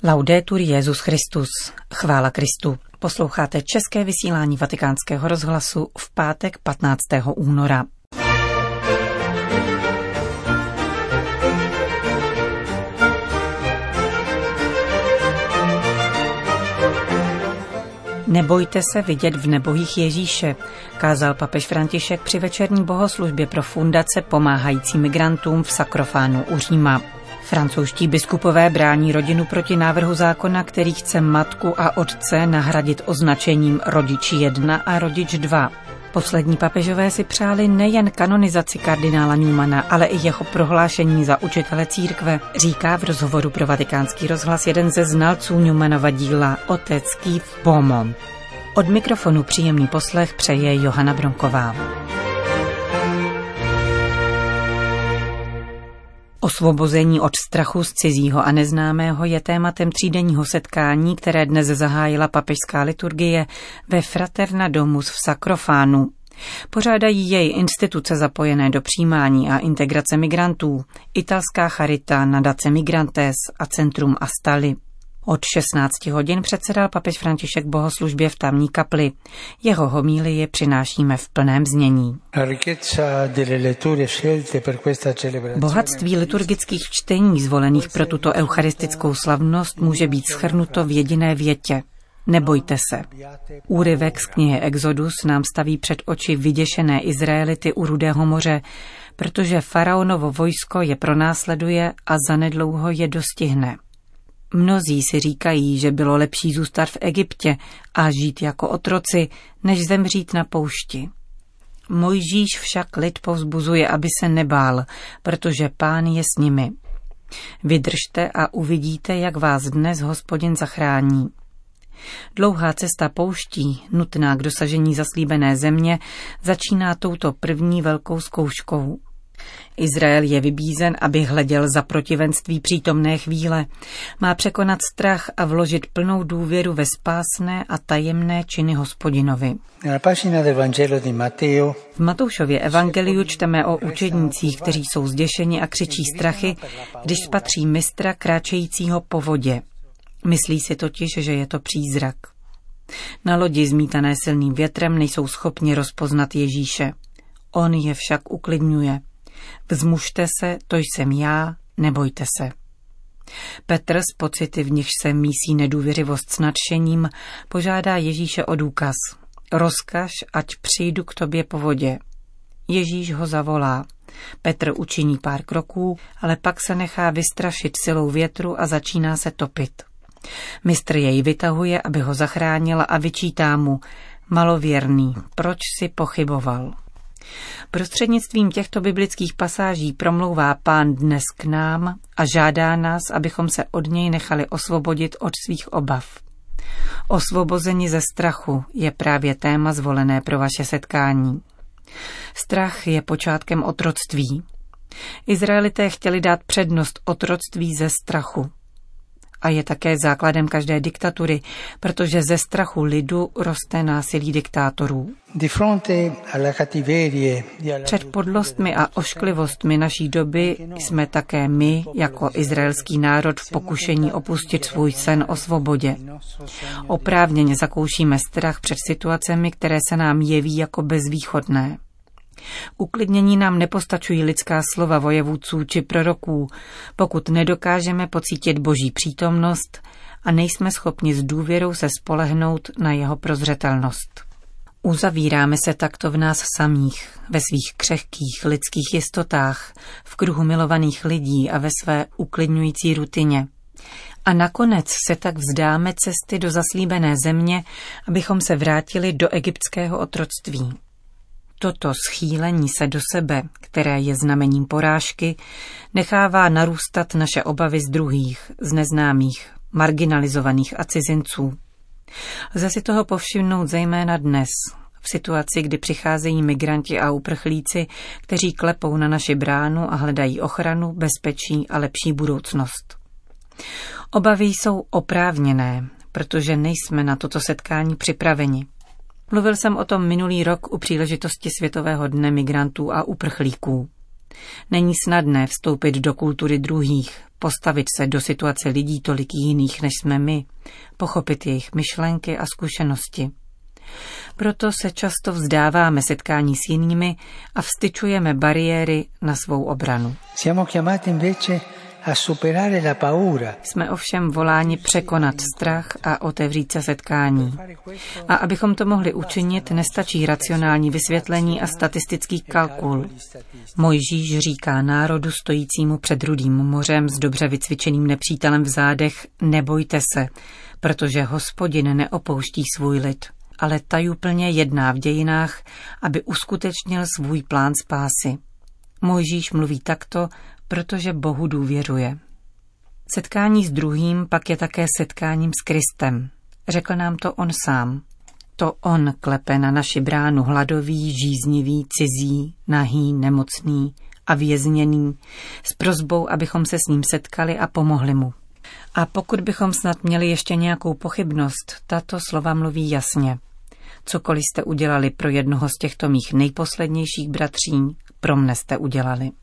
Laudetur Jesus Christus. Chvála Kristu. Posloucháte české vysílání Vatikánského rozhlasu v pátek 15. února. Nebojte se vidět v nebohých Ježíše, kázal papež František při večerní bohoslužbě pro fundace pomáhající migrantům v Sakrofánu u Říma. Francouzští biskupové brání rodinu proti návrhu zákona, který chce matku a otce nahradit označením rodič 1 a rodič 2. Poslední papežové si přáli nejen kanonizaci kardinála Newmana, ale i jeho prohlášení za učitele církve, říká v rozhovoru pro Vatikánský rozhlas jeden ze znalců Newmanova díla, otec Keith Beaumont. Od mikrofonu příjemný poslech přeje Johana Bronková. Osvobození od strachu z cizího a neznámého je tématem třídenního setkání, které dnes zahájila papežská liturgie ve Fraterna Domus v Sakrofánu. Pořádají jej instituce zapojené do přijímání a integrace migrantů, italská Charita, Nadace Migrantes a Centrum Astali. Od 16 hodin předsedal papež František bohoslužbě v tamní kapli. Jeho homílii přinášíme v plném znění. Bohatství liturgických čtení zvolených pro tuto eucharistickou slavnost může být shrnuto v jediné větě. Nebojte se. Úryvek z knihy Exodus nám staví před oči vyděšené Izraelity u Rudého moře, protože faraonovo vojsko je pronásleduje a zanedlouho je dostihne. Mnozí si říkají, že bylo lepší zůstat v Egyptě a žít jako otroci, než zemřít na poušti. Mojžíš však lid povzbuzuje, aby se nebál, protože Pán je s nimi. Vydržte a uvidíte, jak vás dnes Hospodin zachrání. Dlouhá cesta pouští, nutná k dosažení zaslíbené země, začíná touto první velkou zkouškou. Izrael je vybízen, aby hleděl za protivenství přítomné chvíle. Má překonat strach a vložit plnou důvěru ve spásné a tajemné činy Hospodinovi. V Matoušově evangeliu čteme o učednících, kteří jsou zděšeni a křičí strachy, když spatří mistra kráčejícího po vodě. Myslí si totiž, že je to přízrak. Na lodi zmítané silným větrem nejsou schopni rozpoznat Ježíše. On je však uklidňuje. Vzmužte se, to jsem já, nebojte se. Petr s pocity, v nichž se mísí nedůvěřivost s nadšením, požádá Ježíše o důkaz. Rozkaž, ať přijdu k tobě po vodě. Ježíš ho zavolá. Petr učiní pár kroků, ale pak se nechá vystrašit silou větru a začíná se topit. Mistr jej vytahuje, aby ho zachránila a vyčítá mu: malověrný, proč si pochyboval? Prostřednictvím těchto biblických pasáží promlouvá Pán dnes k nám a žádá nás, abychom se od něj nechali osvobodit od svých obav. Osvobození ze strachu je právě téma zvolené pro vaše setkání. Strach je počátkem otroctví. Izraelité chtěli dát přednost otroctví ze strachu. A je také základem každé diktatury, protože ze strachu lidu roste násilí diktátorů. Před podlostmi a ošklivostmi naší doby jsme také my, jako izraelský národ, v pokušení opustit svůj sen o svobodě. Oprávněně zakoušíme strach před situacemi, které se nám jeví jako bezvýchodné. Uklidnění nám nepostačují lidská slova vojevůdců či proroků, pokud nedokážeme pocítit Boží přítomnost a nejsme schopni s důvěrou se spolehnout na jeho prozřetelnost. Uzavíráme se takto v nás samých, ve svých křehkých lidských jistotách, v kruhu milovaných lidí a ve své uklidňující rutině. A nakonec se tak vzdáme cesty do zaslíbené země, abychom se vrátili do egyptského otroctví. Toto schýlení se do sebe, které je znamením porážky, nechává narůstat naše obavy z druhých, z neznámých, marginalizovaných a cizinců. Lze si toho povšimnout zejména dnes, v situaci, kdy přicházejí migranti a uprchlíci, kteří klepou na naši bránu a hledají ochranu, bezpečí a lepší budoucnost. Obavy jsou oprávněné, protože nejsme na toto setkání připraveni. Mluvil jsem o tom minulý rok u příležitosti Světového dne migrantů a uprchlíků. Není snadné vstoupit do kultury druhých, postavit se do situace lidí tolik jiných, než jsme my, pochopit jejich myšlenky a zkušenosti. Proto se často vzdáváme setkání s jinými a vztyčujeme bariéry na svou obranu. Jsme ovšem voláni překonat strach a otevřít se setkání. A abychom to mohli učinit, nestačí racionální vysvětlení a statistický kalkul. Mojžíš říká národu stojícímu před Rudým mořem s dobře vycvičeným nepřítelem v zádech: nebojte se, protože Hospodin neopouští svůj lid, ale tajuplně jedná v dějinách, aby uskutečnil svůj plán spásy. Mojžíš mluví takto, protože Bohu důvěřuje. Setkání s druhým pak je také setkáním s Kristem. Řekl nám to on sám. To on klepe na naši bránu hladový, žíznivý, cizí, nahý, nemocný a vězněný, s prosbou, abychom se s ním setkali a pomohli mu. A pokud bychom snad měli ještě nějakou pochybnost, tato slova mluví jasně. Cokoliv jste udělali pro jednoho z těchto mých nejposlednějších bratří, pro mne jste udělali.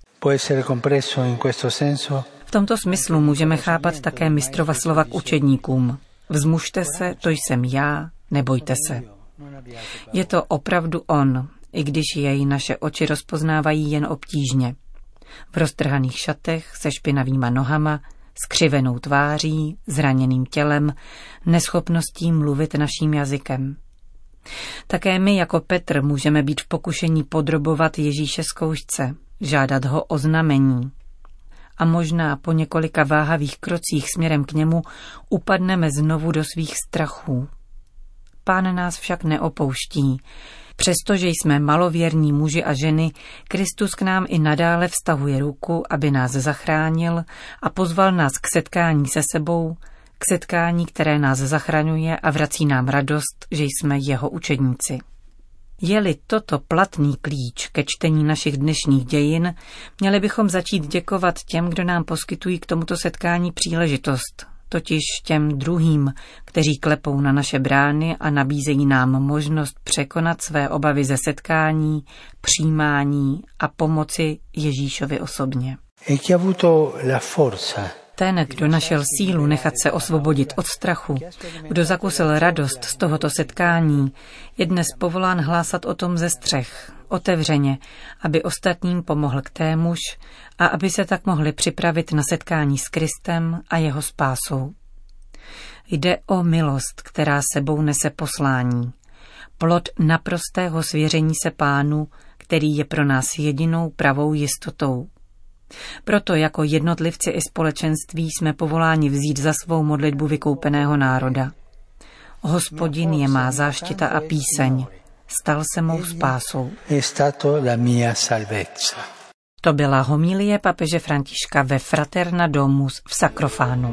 V tomto smyslu můžeme chápat také mistrova slova k učedníkům. Vzmužte se, to jsem já, nebojte se. Je to opravdu on, i když jej naše oči rozpoznávají jen obtížně. V roztrhaných šatech, se špinavýma nohama, skřivenou tváří, zraněným tělem, neschopností mluvit naším jazykem. Také my jako Petr můžeme být v pokušení podrobovat Ježíše zkoušce, žádat ho o znamení. A možná po několika váhavých krocích směrem k němu upadneme znovu do svých strachů. Pán nás však neopouští. Přestože jsme malověrní muži a ženy, Kristus k nám i nadále vztahuje ruku, aby nás zachránil a pozval nás k setkání se sebou, k setkání, které nás zachraňuje a vrací nám radost, že jsme jeho učedníci. Je-li toto platný klíč ke čtení našich dnešních dějin, měli bychom začít děkovat těm, kdo nám poskytují k tomuto setkání příležitost, totiž těm druhým, kteří klepou na naše brány a nabízejí nám možnost překonat své obavy ze setkání, přijímání a pomoci Ježíšovi osobně. Ten, kdo našel sílu nechat se osvobodit od strachu, kdo zakusil radost z tohoto setkání, je dnes povolán hlásat o tom ze střech, otevřeně, aby ostatním pomohl k témuž a aby se tak mohli připravit na setkání s Kristem a jeho spásou. Jde o milost, která sebou nese poslání, plod naprostého svěření se Pánu, který je pro nás jedinou pravou jistotou. Proto jako jednotlivci i společenství jsme povoláni vzít za svou modlitbu vykoupeného národa. Hospodin je má záštita a píseň, stal se mou spásou. To byla homilie papeže Františka ve Fraterna Domus v Sakrofánu.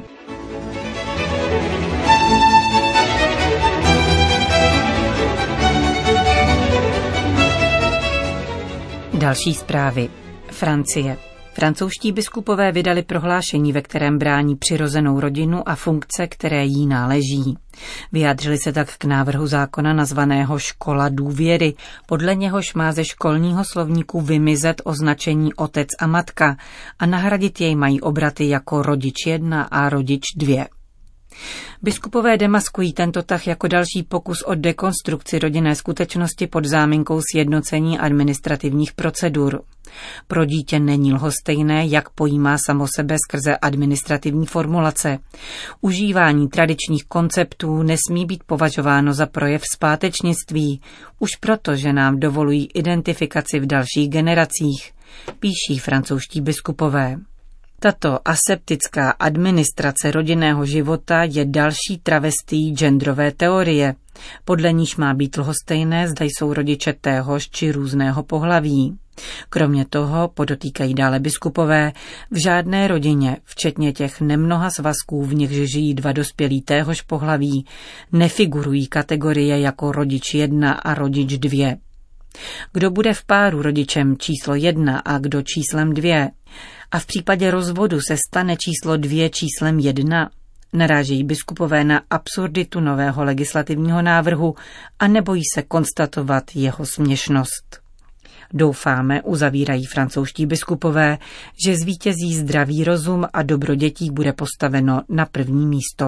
Další zprávy. Francie. Francouzští biskupové vydali prohlášení, ve kterém brání přirozenou rodinu a funkce, které jí náleží. Vyjádřili se tak k návrhu zákona nazvaného Škola důvěry, podle něhož má ze školního slovníku vymizet označení otec a matka a nahradit jej mají obraty jako rodič 1 a rodič 2. Biskupové demaskují tento tah jako další pokus o dekonstrukci rodinné skutečnosti pod záminkou sjednocení administrativních procedur. Pro dítě není lhostejné, jak pojímá samo sebe skrze administrativní formulace. Užívání tradičních konceptů nesmí být považováno za projev zpátečnictví, už proto, že nám dovolují identifikaci v dalších generacích, píší francouzští biskupové. Tato aseptická administrace rodinného života je další travestí genderové teorie, podle níž má být lhostejné, zda jsou rodiče téhož či různého pohlaví. Kromě toho, podotýkají dále biskupové, v žádné rodině, včetně těch nemnoha svazků, v nichž žijí 2 dospělí téhož pohlaví, nefigurují kategorie jako rodič 1 a rodič 2. Kdo bude v páru rodičem číslo 1 a kdo číslem 2? A v případě rozvodu se stane číslo 2 číslem 1? Narážejí biskupové na absurditu nového legislativního návrhu a nebojí se konstatovat jeho směšnost. Doufáme, uzavírají francouzští biskupové, že zvítězí zdravý rozum a dobro dětí bude postaveno na první místo.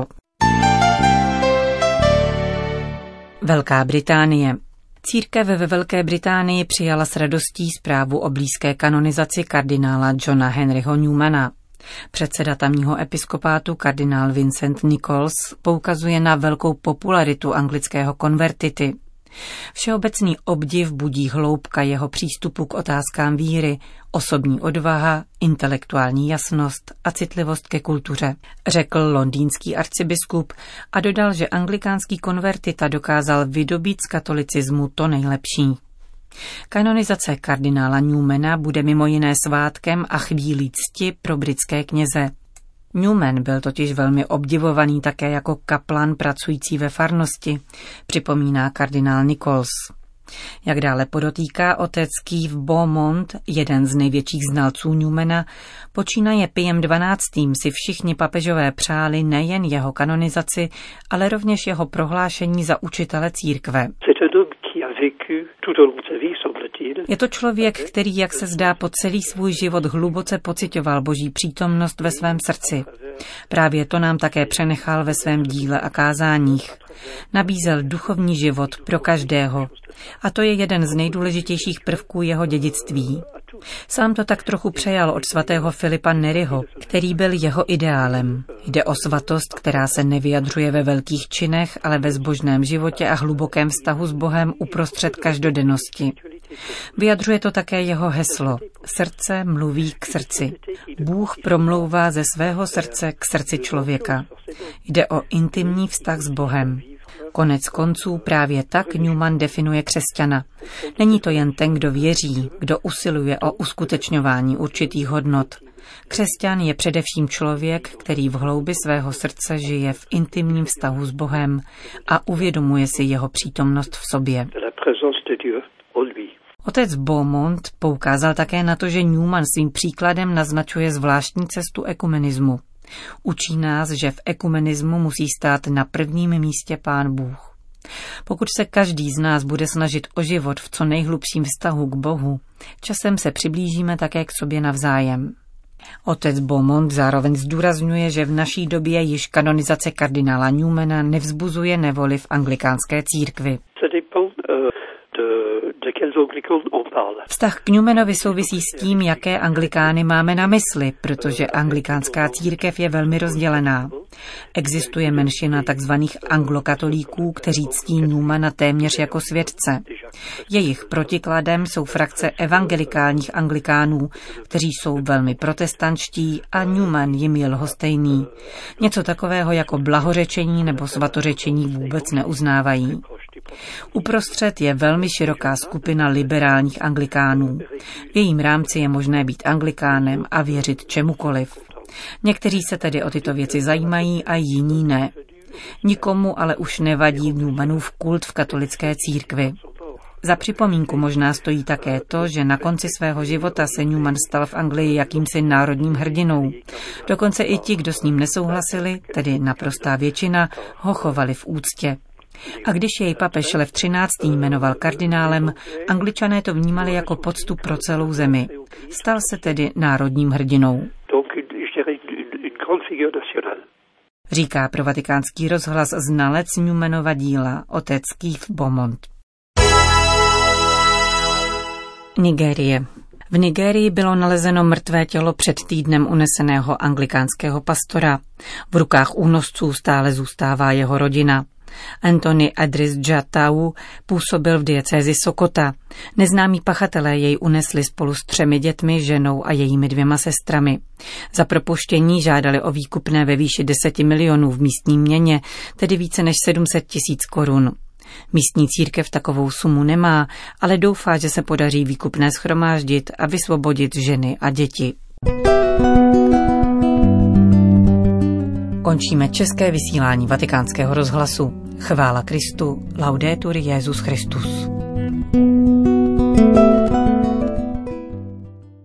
Velká Británie. Církev ve Velké Británii přijala s radostí zprávu o blízké kanonizaci kardinála Johna Henryho Newmana. Předseda tamního episkopátu kardinál Vincent Nichols poukazuje na velkou popularitu anglického konvertity. Všeobecný obdiv budí hloubka jeho přístupu k otázkám víry, osobní odvaha, intelektuální jasnost a citlivost ke kultuře, řekl londýnský arcibiskup a dodal, že anglikánský konvertita dokázal vydobít z katolicismu to nejlepší. Kanonizace kardinála Newmana bude mimo jiné svátkem a chvílí cti pro britské kněze. Newman byl totiž velmi obdivovaný také jako kaplan pracující ve farnosti, připomíná kardinál Nichols. Jak dále podotýká otec Keith Beaumont, jeden z největších znalců Newmana, počínaje Piem XII. Si všichni papežové přáli nejen jeho kanonizaci, ale rovněž jeho prohlášení za učitele církve. Je to člověk, který, jak se zdá, po celý svůj život hluboce pociťoval Boží přítomnost ve svém srdci. Právě to nám také přenechal ve svém díle a kázáních. Nabízel duchovní život pro každého. A to je jeden z nejdůležitějších prvků jeho dědictví. Sám to tak trochu přejal od svatého Filipa Neriho, který byl jeho ideálem. Jde o svatost, která se nevyjadřuje ve velkých činech, ale ve zbožném životě a hlubokém vztahu s Bohem uprostřed každodennosti. Vyjadřuje to také jeho heslo. Srdce mluví k srdci. Bůh promlouvá ze svého srdce k srdci člověka. Jde o intimní vztah s Bohem. Konec konců právě tak Newman definuje křesťana. Není to jen ten, kdo věří, kdo usiluje o uskutečňování určitých hodnot. Křesťan je především člověk, který v hloubi svého srdce žije v intimním vztahu s Bohem a uvědomuje si jeho přítomnost v sobě. Otec Beaumont poukázal také na to, že Newman svým příkladem naznačuje zvláštní cestu ekumenismu. Učí nás, že v ekumenismu musí stát na prvním místě Pán Bůh. Pokud se každý z nás bude snažit o život v co nejhlubším vztahu k Bohu, časem se přiblížíme také k sobě navzájem. Otec Beaumont zároveň zdůrazňuje, že v naší době již kanonizace kardinála Newmana nevzbuzuje nevoli v anglikánské církvi. Vztah k Newmanovi souvisí s tím, jaké anglikány máme na mysli, protože anglikánská církev je velmi rozdělená. Existuje menšina tzv. Anglokatolíků, kteří ctí Newmana téměř jako světce. Jejich protikladem jsou frakce evangelikálních anglikánů, kteří jsou velmi protestantští a Newman jim je lhostejný. Něco takového jako blahořečení nebo svatořečení vůbec neuznávají. Uprostřed je velmi široká skupina liberálních anglikánů. V jejím rámci je možné být anglikánem a věřit čemukoliv. Někteří se tedy o tyto věci zajímají a jiní ne. Nikomu ale už nevadí Newmanův kult v katolické církvi. Za připomínku možná stojí také to, že na konci svého života se Newman stal v Anglii jakýmsi národním hrdinou. Dokonce i ti, kdo s ním nesouhlasili, tedy naprostá většina, ho chovali v úctě. A když jej papež Lev XIII. Jmenoval kardinálem, Angličané to vnímali jako poctu pro celou zemi. Stal se tedy národním hrdinou. Říká pro Vatikánský rozhlas znalec Newmanova díla otec Keith Beaumont. Nigérie. V Nigérii bylo nalezeno mrtvé tělo před týdnem uneseného anglikánského pastora. V rukách únosců stále zůstává jeho rodina. Anthony Adris Jatau působil v diecézi Sokota. Neznámí pachatelé jej unesli spolu s 3 dětmi, ženou a jejími 2 sestrami. Za propuštění žádali o výkupné ve výši 10 milionů v místní měně, tedy více než 700 000 korun. Místní církev takovou sumu nemá, ale doufá, že se podaří výkupné shromáždit a vysvobodit ženy a děti. Končíme české vysílání Vatikánského rozhlasu. Chvála Kristu, laudetur Jesus Christus.